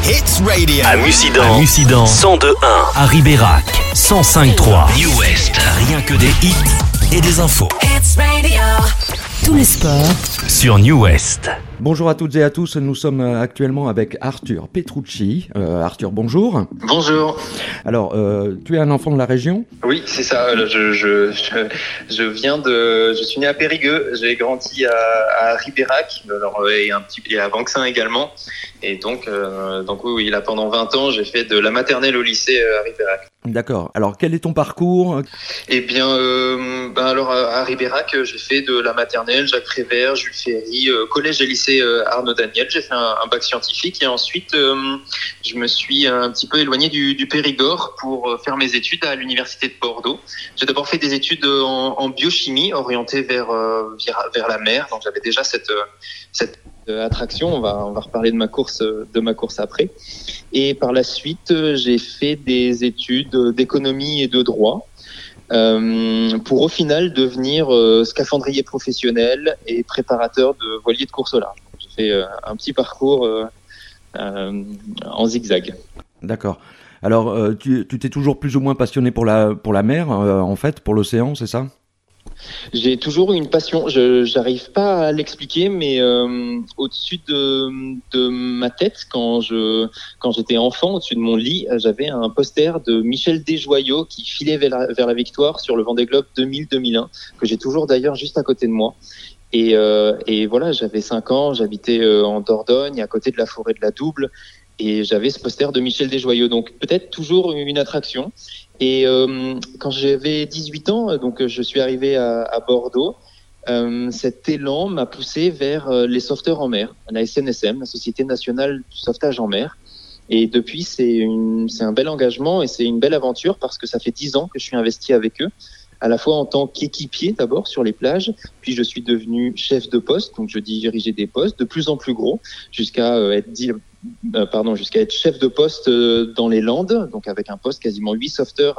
Hits Radio. À Mussidan, 102.1. À Ribérac, 105.3. New West, rien que des hits et des infos. Hits Radio. Tous les sports sur New West. Bonjour à toutes et à tous, nous sommes actuellement avec Arthur Petrucci. Arthur, bonjour. Bonjour. Alors, tu es un enfant de la région ? Oui, c'est ça. Je suis né à Périgueux. J'ai grandi à Ribérac, et à Vanxin également. Et donc oui, là pendant 20 ans, j'ai fait de la maternelle au lycée à Ribérac. D'accord. Alors, quel est ton parcours ? Eh bien, alors à Ribérac, j'ai fait de la maternelle, Jacques Prévert, Jules Ferry, collège et lycée Arnaud Daniel. J'ai fait un bac scientifique et ensuite, je me suis un petit peu éloigné du Périgord pour faire mes études à l'université de Bordeaux. J'ai d'abord fait des études en biochimie, orientées vers la mer. Donc, j'avais déjà cette attraction. On va reparler de ma course après. Et par la suite, j'ai fait des études d'économie et de droit pour au final devenir scaphandrier professionnel et préparateur de voilier de course au large. J'ai fait un petit parcours en zigzag. D'accord. Alors, tu t'es toujours plus ou moins passionné pour la mer, en fait, pour l'océan, c'est ça ? J'ai toujours eu une passion, j'arrive pas à l'expliquer, mais au-dessus de ma tête, quand j'étais enfant, au-dessus de mon lit, j'avais un poster de Michel Desjoyaux qui filait vers la victoire sur le Vendée Globe 2000-2001, que j'ai toujours d'ailleurs juste à côté de moi. Et voilà, j'avais 5 ans, j'habitais en Dordogne, à côté de la forêt de la Double, et j'avais ce poster de Michel Desjoyaux, donc peut-être toujours une attraction. Et quand j'avais 18 ans, donc je suis arrivé à Bordeaux, cet élan m'a poussé vers les sauveteurs en mer, la SNSM, la Société nationale du sauvetage en mer. Et depuis, c'est un bel engagement et c'est une belle aventure parce que ça fait 10 ans que je suis investi avec eux, à la fois en tant qu'équipier d'abord sur les plages, puis je suis devenu chef de poste, donc je dirigeais des postes de plus en plus gros, jusqu'à être chef de poste dans les Landes, donc avec un poste quasiment 8 sauveteurs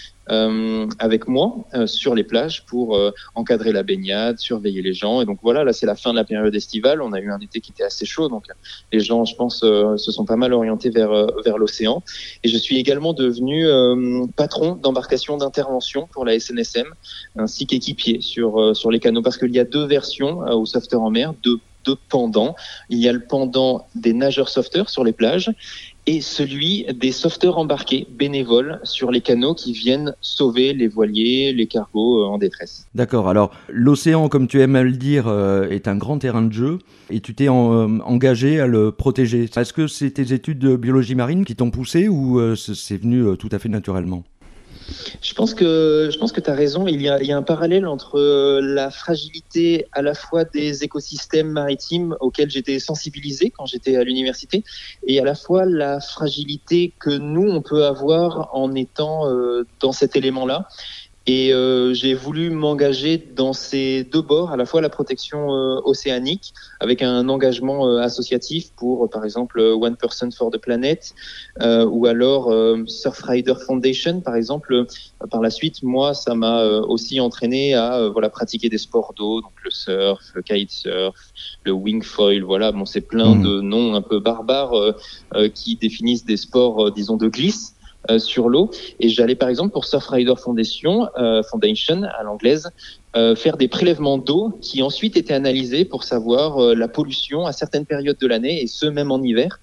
avec moi sur les plages pour encadrer la baignade, surveiller les gens. Et donc voilà, là c'est la fin de la période estivale, on a eu un été qui était assez chaud, donc les gens, je pense, se sont pas mal orientés vers l'océan. Et je suis également devenu patron d'embarcation d'intervention pour la SNSM, ainsi qu'équipier sur les canaux, parce qu'il y a 2 versions au sauveteur en mer, deux pendants. Il y a le pendant des nageurs sauveteurs sur les plages et celui des sauveteurs embarqués bénévoles sur les canaux qui viennent sauver les voiliers, les cargos en détresse. D'accord, alors l'océan, comme tu aimes à le dire, est un grand terrain de jeu et tu t'es engagé à le protéger. Est-ce que c'est tes études de biologie marine qui t'ont poussé ou c'est venu tout à fait naturellement ? Je pense que tu as raison. Il y a un parallèle entre la fragilité à la fois des écosystèmes maritimes auxquels j'étais sensibilisé quand j'étais à l'université et à la fois la fragilité que nous, on peut avoir en étant dans cet élément-là. Et j'ai voulu m'engager dans ces 2 bords, à la fois la protection océanique, avec un engagement associatif pour, par exemple, One Person for the Planet, ou alors Surfrider Foundation, par exemple. Par la suite, moi, ça m'a aussi entraîné à pratiquer des sports d'eau, donc le surf, le kitesurf, le wingfoil, voilà. Bon, c'est plein de noms un peu barbares qui définissent des sports, disons, de glisse. Sur l'eau, et j'allais par exemple pour Surfrider Foundation à l'anglaise, faire des prélèvements d'eau qui ensuite étaient analysés pour savoir la pollution à certaines périodes de l'année et ce même en hiver.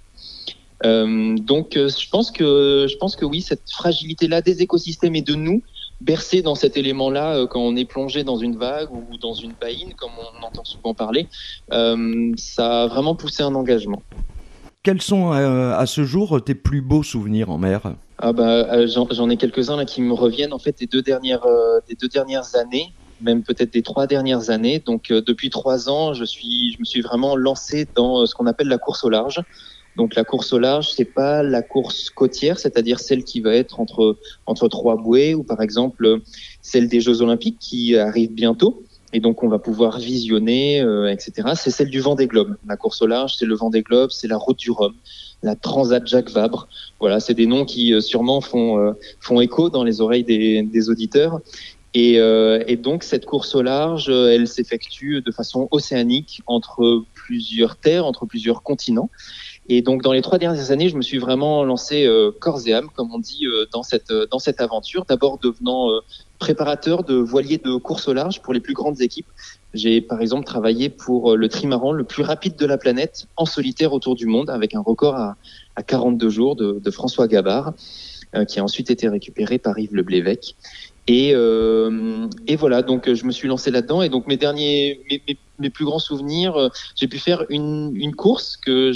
Donc je pense que oui, cette fragilité-là des écosystèmes et de nous, bercés dans cet élément-là quand on est plongé dans une vague ou dans une baïne, comme on entend souvent parler, ça a vraiment poussé un engagement. Quels sont à ce jour tes plus beaux souvenirs en mer ? J'en ai quelques-uns là qui me reviennent en fait des deux dernières années, même peut-être des 3 dernières années. Donc depuis 3 ans, je me suis vraiment lancé dans ce qu'on appelle la course au large. Donc la course au large, c'est pas la course côtière, c'est-à-dire celle qui va être entre 3 bouées, ou par exemple celle des Jeux Olympiques qui arrivent bientôt. Et donc on va pouvoir visionner, etc. C'est celle du Vendée Globe. La course au large, c'est le Vendée Globe, c'est la Route du Rhum, la Transat Jacques Vabre. Voilà, c'est des noms qui sûrement font écho dans les oreilles des auditeurs. Et donc cette course au large, elle s'effectue de façon océanique entre plusieurs terres, entre plusieurs continents. Et donc, dans les 3 dernières années, je me suis vraiment lancé corps et âme, comme on dit, dans cette aventure. D'abord devenant préparateur de voiliers de course au large pour les plus grandes équipes. J'ai par exemple travaillé pour le trimaran le plus rapide de la planète en solitaire autour du monde, avec un record à 42 jours de François Gabard, qui a ensuite été récupéré par Yves Le Blévec. Et voilà, donc je me suis lancé là-dedans. Et donc mes plus grands souvenirs, j'ai pu faire une course que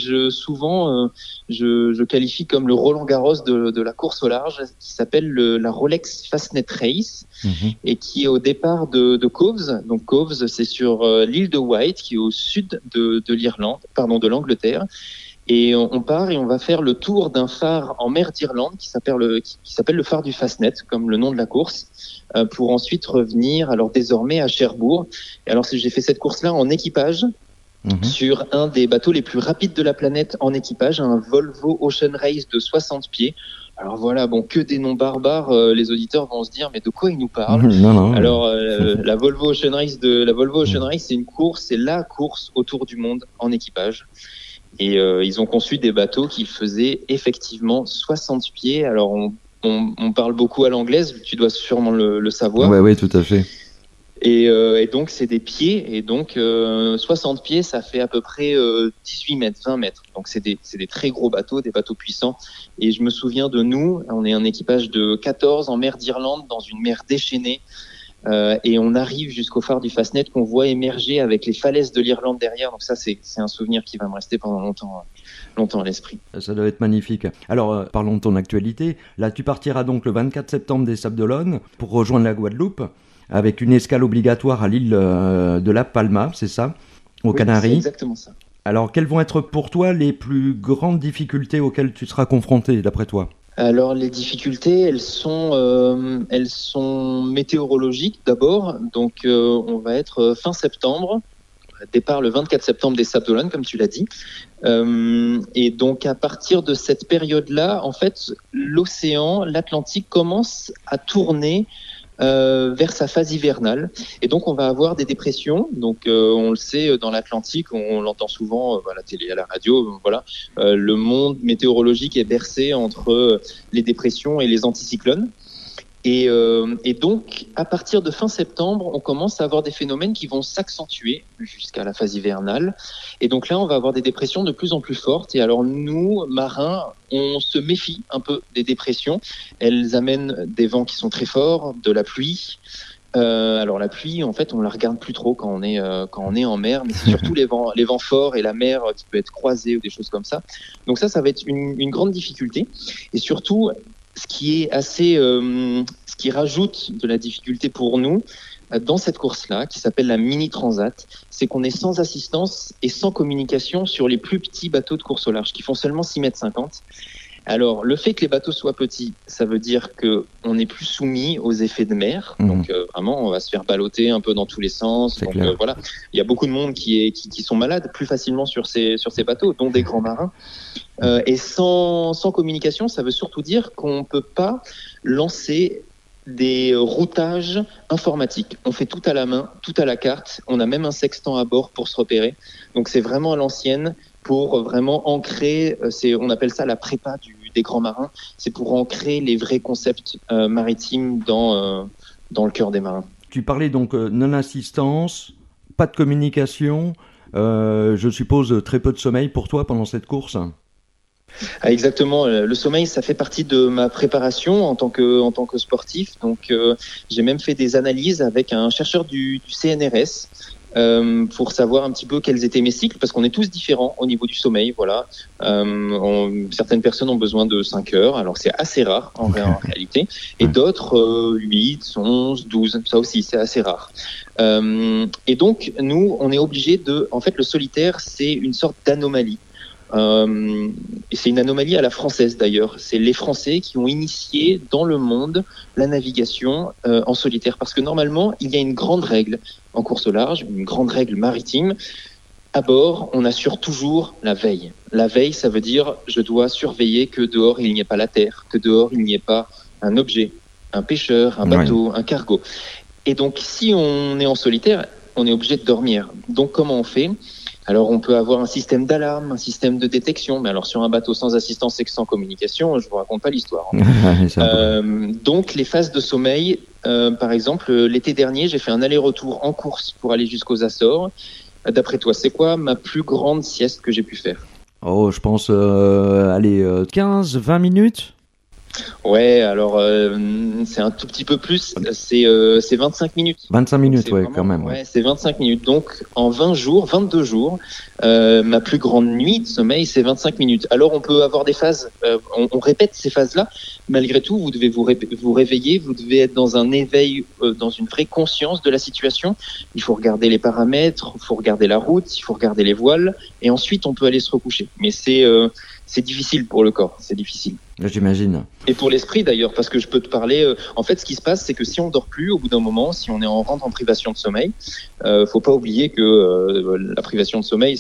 je qualifie comme le Roland-Garros de la course au large, qui s'appelle la Rolex Fastnet Race, et qui est au départ de Cowes. Donc Cowes, c'est sur l'île de Wight, qui est au sud de l'Angleterre. Et on part et on va faire le tour d'un phare en mer d'Irlande qui s'appelle le phare du Fastnet, comme le nom de la course, pour ensuite revenir alors désormais à Cherbourg. Et alors j'ai fait cette course-là en équipage, sur un des bateaux les plus rapides de la planète en équipage, un Volvo Ocean Race de 60 pieds. Alors voilà, bon, que des noms barbares, les auditeurs vont se dire mais de quoi ils nous parlent. Non. Alors la Volvo Ocean Race, c'est une course, c'est la course autour du monde en équipage. Et ils ont conçu des bateaux qui faisaient effectivement 60 pieds. Alors on parle beaucoup à l'anglaise, tu dois sûrement le savoir. Ouais, tout à fait. Et donc c'est des pieds, et donc 60 pieds, ça fait à peu près 18 mètres, 20 mètres. Donc c'est des très gros bateaux, des bateaux puissants. Et je me souviens de nous, on est un équipage de 14 en mer d'Irlande, dans une mer déchaînée. Et on arrive jusqu'au phare du Fastnet qu'on voit émerger avec les falaises de l'Irlande derrière. Donc ça, c'est un souvenir qui va me rester pendant longtemps à l'esprit. Ça doit être magnifique. Alors, parlons de ton actualité. Là, tu partiras donc le 24 septembre des Sables-d'Olonne pour rejoindre la Guadeloupe, avec une escale obligatoire à l'île de La Palma, c'est ça, aux Canaries. C'est exactement ça. Alors, quelles vont être pour toi les plus grandes difficultés auxquelles tu seras confronté, d'après toi ? Alors les difficultés, elles sont météorologiques d'abord. Donc on va être fin septembre, départ le 24 septembre des Sables-d'Olonne, comme tu l'as dit. Et donc à partir de cette période-là, en fait, l'Atlantique commence à tourner vers sa phase hivernale, et donc on va avoir des dépressions. Donc on le sait, dans l'Atlantique, on l'entend souvent à la télé, à la radio, le monde météorologique est bercé entre les dépressions et les anticyclones. Et donc, à partir de fin septembre, on commence à avoir des phénomènes qui vont s'accentuer jusqu'à la phase hivernale. Et donc là, on va avoir des dépressions de plus en plus fortes. Et alors nous, marins, on se méfie un peu des dépressions. Elles amènent des vents qui sont très forts, de la pluie. Alors la pluie, en fait, on la regarde plus trop quand on est en mer, mais c'est surtout les vents forts et la mer qui peut être croisée ou des choses comme ça. Donc ça va être une grande difficulté. Et surtout, ce qui rajoute de la difficulté pour nous dans cette course-là, qui s'appelle la Mini Transat, c'est qu'on est sans assistance et sans communication sur les plus petits bateaux de course au large, qui font seulement 6,50 mètres. Alors, le fait que les bateaux soient petits, ça veut dire qu'on est plus soumis aux effets de mer. Donc, vraiment, on va se faire balloter un peu dans tous les sens. Donc, voilà, il y a beaucoup de monde qui sont malades plus facilement sur ces bateaux, dont des grands marins. Et sans communication, ça veut surtout dire qu'on ne peut pas lancer des routages informatiques. On fait tout à la main, tout à la carte. On a même un sextant à bord pour se repérer. Donc, c'est vraiment à l'ancienne, pour vraiment ancrer, on appelle ça la prépa des grands marins, c'est pour ancrer les vrais concepts maritimes dans le cœur des marins. Tu parlais donc non-assistance, pas de communication, je suppose très peu de sommeil pour toi pendant cette course ? Ah, exactement, le sommeil, ça fait partie de ma préparation en tant que sportif. Donc j'ai même fait des analyses avec un chercheur du CNRS, pour savoir un petit peu quels étaient mes cycles, parce qu'on est tous différents au niveau du sommeil. Voilà, certaines personnes ont besoin de 5 heures, alors c'est assez rare en réalité, et d'autres 8, 11, 12, ça aussi c'est assez rare. Et donc nous, on est obligé en fait, le solitaire, c'est une sorte d'anomalie. Et c'est une anomalie à la française d'ailleurs. C'est les Français qui ont initié dans le monde la navigation en solitaire. Parce que normalement, il y a une grande règle en course au large, une grande règle maritime. À bord, on assure toujours la veille. La veille, ça veut dire je dois surveiller que dehors il n'y ait pas la terre, que dehors il n'y ait pas un objet, un pêcheur, un bateau, un cargo. Et donc si on est en solitaire, on est obligé de dormir. Donc comment on fait ? Alors on peut avoir un système d'alarme, un système de détection, mais alors sur un bateau sans assistance et sans communication, je vous raconte pas l'histoire. Donc les phases de sommeil, par exemple l'été dernier, j'ai fait un aller-retour en course pour aller jusqu'aux Açores. D'après toi, c'est quoi ma plus grande sieste que j'ai pu faire? Oh, je pense, 15-20 minutes. Ouais, alors c'est un tout petit peu plus, c'est 25 minutes. 25 minutes, ouais, vraiment, quand même. Ouais, c'est 25 minutes. Donc en 20 jours, 22 jours, ma plus grande nuit de sommeil, c'est 25 minutes. Alors on peut avoir des phases, on répète ces phases-là. Malgré tout, vous devez vous réveiller, vous devez être dans un éveil, dans une vraie conscience de la situation. Il faut regarder les paramètres, il faut regarder la route, il faut regarder les voiles, et ensuite on peut aller se recoucher. Mais c'est difficile pour le corps, c'est difficile. J'imagine. Et pour l'esprit d'ailleurs, parce que je peux te parler, en fait ce qui se passe, c'est que si on dort plus, au bout d'un moment, si on rentre en privation de sommeil, faut pas oublier que la privation de sommeil,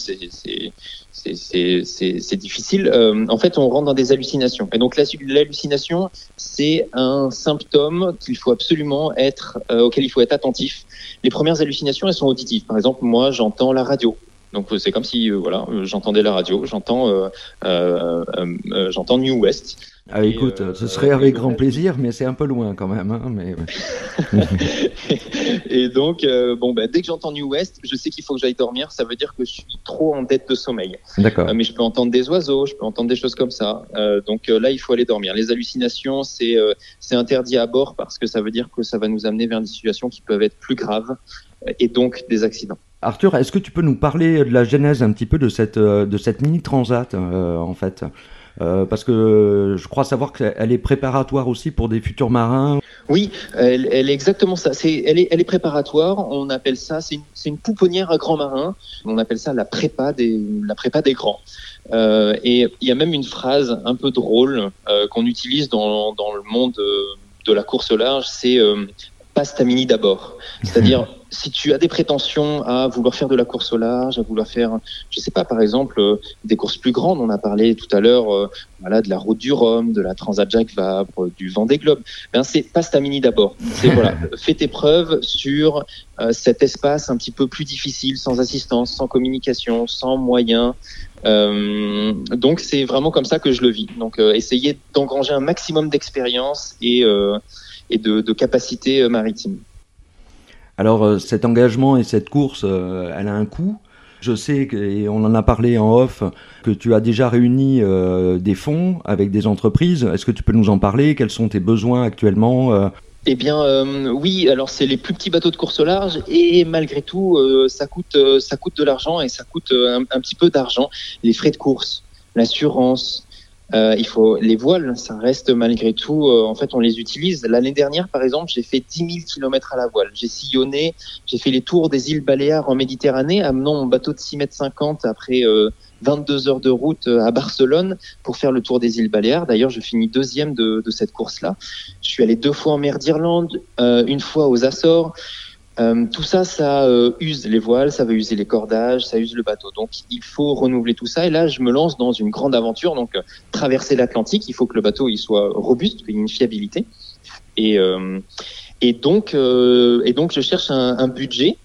c'est difficile. En fait, on rentre dans des hallucinations. Et donc l'hallucination, c'est un symptôme qu'il faut absolument auquel il faut être attentif. Les premières hallucinations, elles sont auditives. Par exemple, moi, j'entends la radio. Donc c'est comme si j'entendais la radio, j'entends New West. Ah écoute, ce serait avec grand plaisir, mais c'est un peu loin quand même. Hein, mais... Et donc dès que j'entends New West, je sais qu'il faut que j'aille dormir. Ça veut dire que je suis trop en dette de sommeil. D'accord. Mais je peux entendre des oiseaux, je peux entendre des choses comme ça. Donc là, il faut aller dormir. Les hallucinations, c'est interdit à bord parce que ça veut dire que ça va nous amener vers des situations qui peuvent être plus graves et donc des accidents. Arthur, est-ce que tu peux nous parler de la genèse un petit peu de cette mini transat en fait, parce que je crois savoir qu'elle est préparatoire aussi pour des futurs marins. Oui, elle est exactement ça. Elle est préparatoire. On appelle ça, c'est une pouponnière à grands marins. On appelle ça la prépa des grands. Et il y a même une phrase un peu drôle qu'on utilise dans le monde de la course au large. C'est passe ta mini d'abord. C'est-à-dire, si tu as des prétentions à vouloir faire de la course au large, à vouloir faire, je sais pas, par exemple, des courses plus grandes, on a parlé tout à l'heure, de la Route du Rhum, de la Transat Jacques Vabre, du Vendée Globe. C'est passe ta mini d'abord. C'est fais tes preuves sur cet espace un petit peu plus difficile, sans assistance, sans communication, sans moyens. Donc c'est vraiment comme ça que je le vis. Donc essayer d'engranger un maximum d'expérience et de capacité maritime. Alors cet engagement et cette course, elle a un coût. Je sais, et on en a parlé en off, que tu as déjà réuni des fonds avec des entreprises. Est-ce que tu peux nous en parler? Quels sont tes besoins actuellement? Eh bien, oui. Alors c'est les plus petits bateaux de course au large et malgré tout, ça coûte de l'argent et ça coûte un petit peu d'argent. Les frais de course, l'assurance. Il faut les voiles, ça reste malgré tout. En fait, on les utilise. L'année dernière, par exemple, j'ai fait 10 000 kilomètres à la voile. J'ai sillonné, j'ai fait les tours des îles Baléares en Méditerranée, amenant mon bateau de 6,50 m après 22 heures de route à Barcelone pour faire le tour des îles Baléares. D'ailleurs, je finis deuxième de cette course-là. Je suis allé 2 fois en mer d'Irlande, une fois aux Açores. Tout ça, ça use les voiles, ça va user les cordages, ça use le bateau. Donc, il faut renouveler tout ça. Et là, je me lance dans une grande aventure. Donc, traverser l'Atlantique, il faut que le bateau il soit robuste, qu'il y ait une fiabilité. Et donc, je cherche un budget.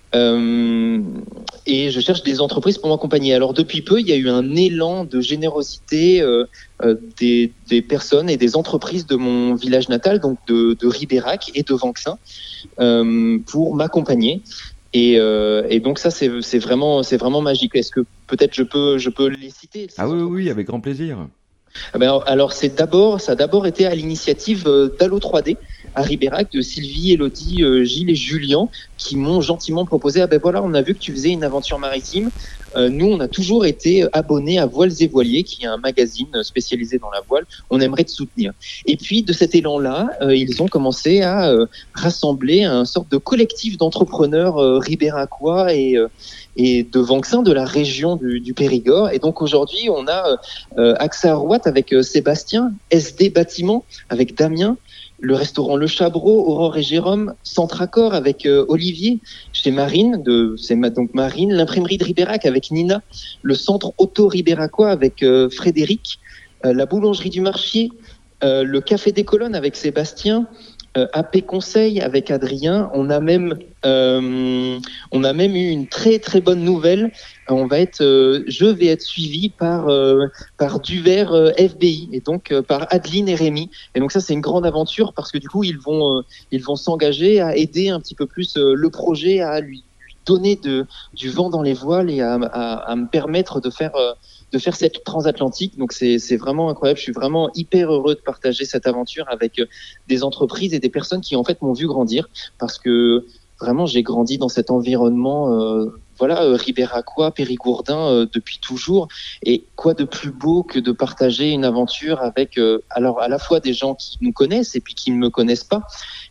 Et je cherche des entreprises pour m'accompagner. Alors depuis peu, il y a eu un élan de générosité des personnes et des entreprises de mon village natal, donc de Ribérac et de Vanxin, pour m'accompagner. Et donc ça, c'est vraiment magique. Est-ce que peut-être je peux les citer? Ah oui, avec grand plaisir. Alors ça a d'abord été à l'initiative d'Allo 3D à Ribérac, de Sylvie, Elodie, Gilles et Julien, qui m'ont gentiment proposé on a vu que tu faisais une aventure maritime. Nous, on a toujours été abonnés à Voiles et Voiliers, qui est un magazine spécialisé dans la voile. On aimerait te soutenir. Et puis, de cet élan-là, ils ont commencé à rassembler un sorte de collectif d'entrepreneurs ribéracois et de Vanxin, de la région du Périgord. Et donc, aujourd'hui, on a AXA Arouat avec Sébastien, SD Bâtiment avec Damien, le restaurant Le Chabreau, Aurore et Jérôme, Centracor avec Olivier, chez Marine, donc Marine, l'imprimerie de Ribérac avec Nina, le centre auto ribéracois avec Frédéric, la boulangerie du Marchier, le café des Colonnes avec Sébastien, AP Conseil avec Adrien. On a même eu une très très bonne nouvelle je vais être suivi par Duvert FBI et donc par Adeline et Rémi. Et donc ça, c'est une grande aventure parce que du coup, ils vont s'engager à aider un petit peu plus le projet, à lui donner du vent dans les voiles et à me permettre de faire cette transatlantique. Donc c'est vraiment incroyable. Je suis vraiment hyper heureux de partager cette aventure avec des entreprises et des personnes qui en fait m'ont vu grandir parce que vraiment j'ai grandi dans cet environnement ribéracois, périgourdin depuis toujours. Et quoi de plus beau que de partager une aventure avec alors à la fois des gens qui nous connaissent et puis qui ne me connaissent pas.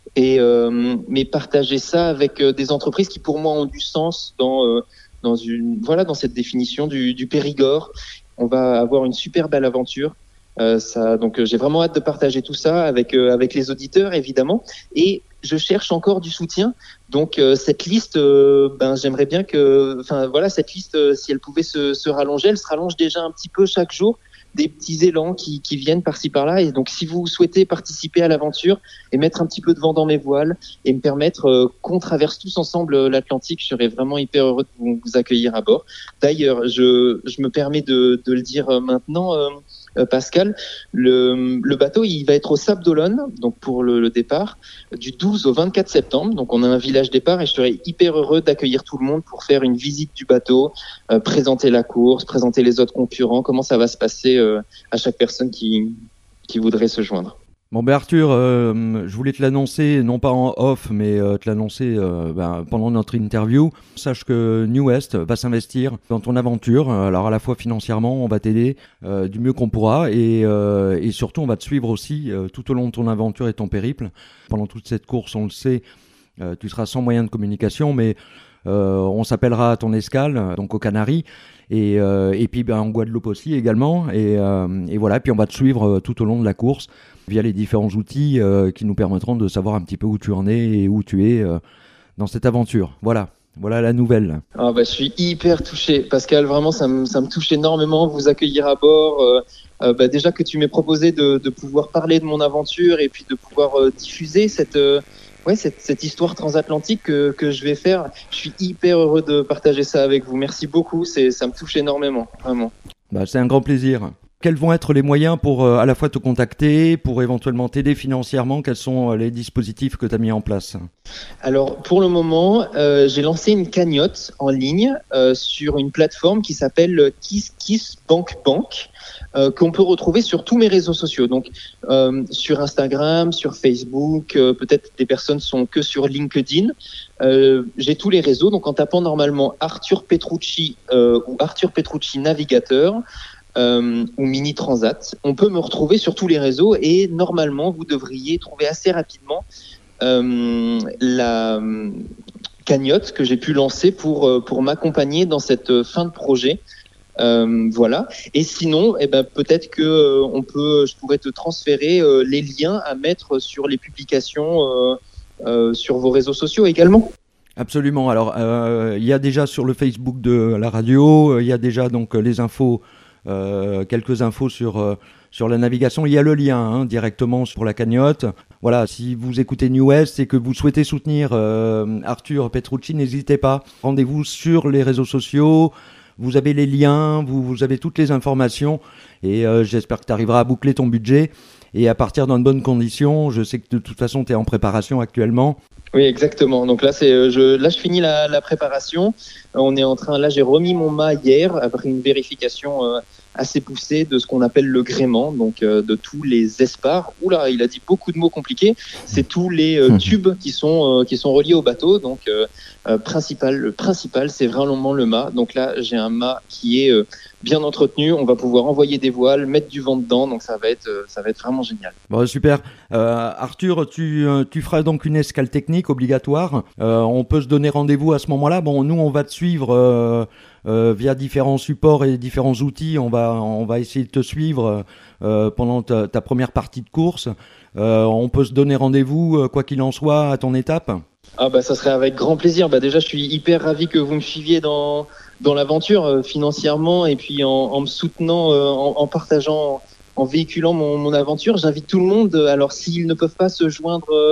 Mais partager ça avec des entreprises qui pour moi ont du sens dans cette définition du Périgord. On va avoir une super belle aventure. Donc j'ai vraiment hâte de partager tout ça avec les auditeurs évidemment. Et je cherche encore du soutien. Donc cette liste, j'aimerais bien cette liste, si elle pouvait se rallonger, elle se rallonge déjà un petit peu chaque jour. Des petits élans qui viennent par-ci par-là. Et donc, si vous souhaitez participer à l'aventure et mettre un petit peu de vent dans mes voiles et me permettre qu'on traverse tous ensemble l'Atlantique, je serais vraiment hyper heureux de vous accueillir à bord. D'ailleurs, je me permets de le dire maintenant, Pascal, le bateau, il va être au Sable d'Olonne, donc pour le départ, du 12 au 24 septembre. Donc, on a un village départ et je serais hyper heureux d'accueillir tout le monde pour faire une visite du bateau, présenter la course, présenter les autres concurrents, comment ça va se passer à chaque personne qui voudrait se joindre. Bon Arthur, je voulais te l'annoncer, non pas en off, mais te l'annoncer pendant notre interview. Sache que New West va s'investir dans ton aventure. Alors à la fois financièrement, on va t'aider du mieux qu'on pourra et surtout on va te suivre aussi tout au long de ton aventure et ton périple. Pendant toute cette course, on le sait, tu seras sans moyen de communication, mais on s'appellera à ton escale, donc aux Canaries. Et puis en Guadeloupe aussi également et voilà, puis on va te suivre tout au long de la course via les différents outils qui nous permettront de savoir un petit peu où tu en es et où tu es dans cette aventure. Voilà la nouvelle. Je suis hyper touché, Pascal, vraiment ça me touche énormément vous accueillir à bord. Déjà que tu m'aies proposé de pouvoir parler de mon aventure et puis de pouvoir diffuser cette histoire transatlantique que je vais faire. Je suis hyper heureux de partager ça avec vous. Merci beaucoup, ça me touche énormément, vraiment. C'est un grand plaisir. Quels vont être les moyens pour à la fois te contacter, pour éventuellement t'aider financièrement? Quels sont les dispositifs que tu as mis en place? Alors, pour le moment, j'ai lancé une cagnotte en ligne sur une plateforme qui s'appelle KissKissBankBank, qu'on peut retrouver sur tous mes réseaux sociaux. Donc, sur Instagram, sur Facebook, peut-être des personnes sont que sur LinkedIn. J'ai tous les réseaux. Donc, en tapant normalement Arthur Petrucci ou Arthur Petrucci Navigateur, ou Mini Transat. On peut me retrouver sur tous les réseaux et normalement, vous devriez trouver assez rapidement la cagnotte que j'ai pu lancer pour m'accompagner dans cette fin de projet. Voilà. Et sinon, peut-être que je pourrais te transférer les liens à mettre sur les publications sur vos réseaux sociaux également. Absolument. Alors, il y a déjà sur le Facebook de la radio, il y a déjà donc les infos. Quelques infos sur la navigation. Il y a le lien directement sur la cagnotte. Voilà, si vous écoutez New West et que vous souhaitez soutenir Arthur Petrucci, n'hésitez pas. Rendez-vous sur les réseaux sociaux. Vous avez les liens, vous avez toutes les informations et j'espère que tu arriveras à boucler ton budget et à partir dans de bonnes conditions. Je sais que de toute façon, tu es en préparation actuellement. Oui, exactement. Donc là, je finis la préparation. On est en train. Là, j'ai remis mon mât hier après une vérification assez poussée de ce qu'on appelle le gréement, donc de tous les espars. Oula, il a dit beaucoup de mots compliqués. C'est tous les tubes qui sont reliés au bateau. Donc le principal, c'est vraiment le mât. Donc là, j'ai un mât qui est bien entretenu. On va pouvoir envoyer des voiles, mettre du vent dedans. Donc ça va être vraiment génial. Bon, super. Arthur, tu feras donc une escale technique obligatoire. On peut se donner rendez-vous à ce moment-là. Bon, nous, on va te suivre via différents supports et différents outils. On va essayer de te suivre pendant ta première partie de course. On peut se donner rendez-vous, quoi qu'il en soit, à ton étape. Ça serait avec grand plaisir. Déjà, je suis hyper ravi que vous me suiviez dans l'aventure financièrement et puis en me soutenant, en partageant, en véhiculant mon aventure. J'invite tout le monde. Alors, s'ils ne peuvent pas se joindre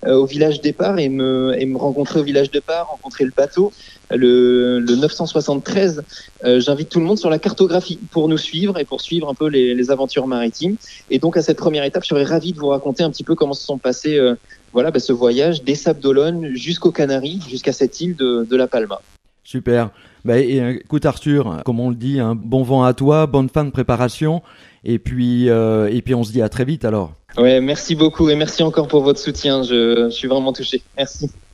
au village départ et me rencontrer au village départ, rencontrer le bateau, le 973. J'invite tout le monde sur la cartographie pour nous suivre et pour suivre un peu les aventures maritimes. Et donc à cette première étape, je serais ravi de vous raconter un petit peu comment se sont passés ce voyage des Sables d'Olonne jusqu'aux Canaries, jusqu'à cette île de La Palma. Super. Écoute Arthur, comme on le dit, bon vent à toi, bonne fin de préparation, et puis on se dit à très vite alors. Ouais, merci beaucoup et merci encore pour votre soutien. Je suis vraiment touché. Merci.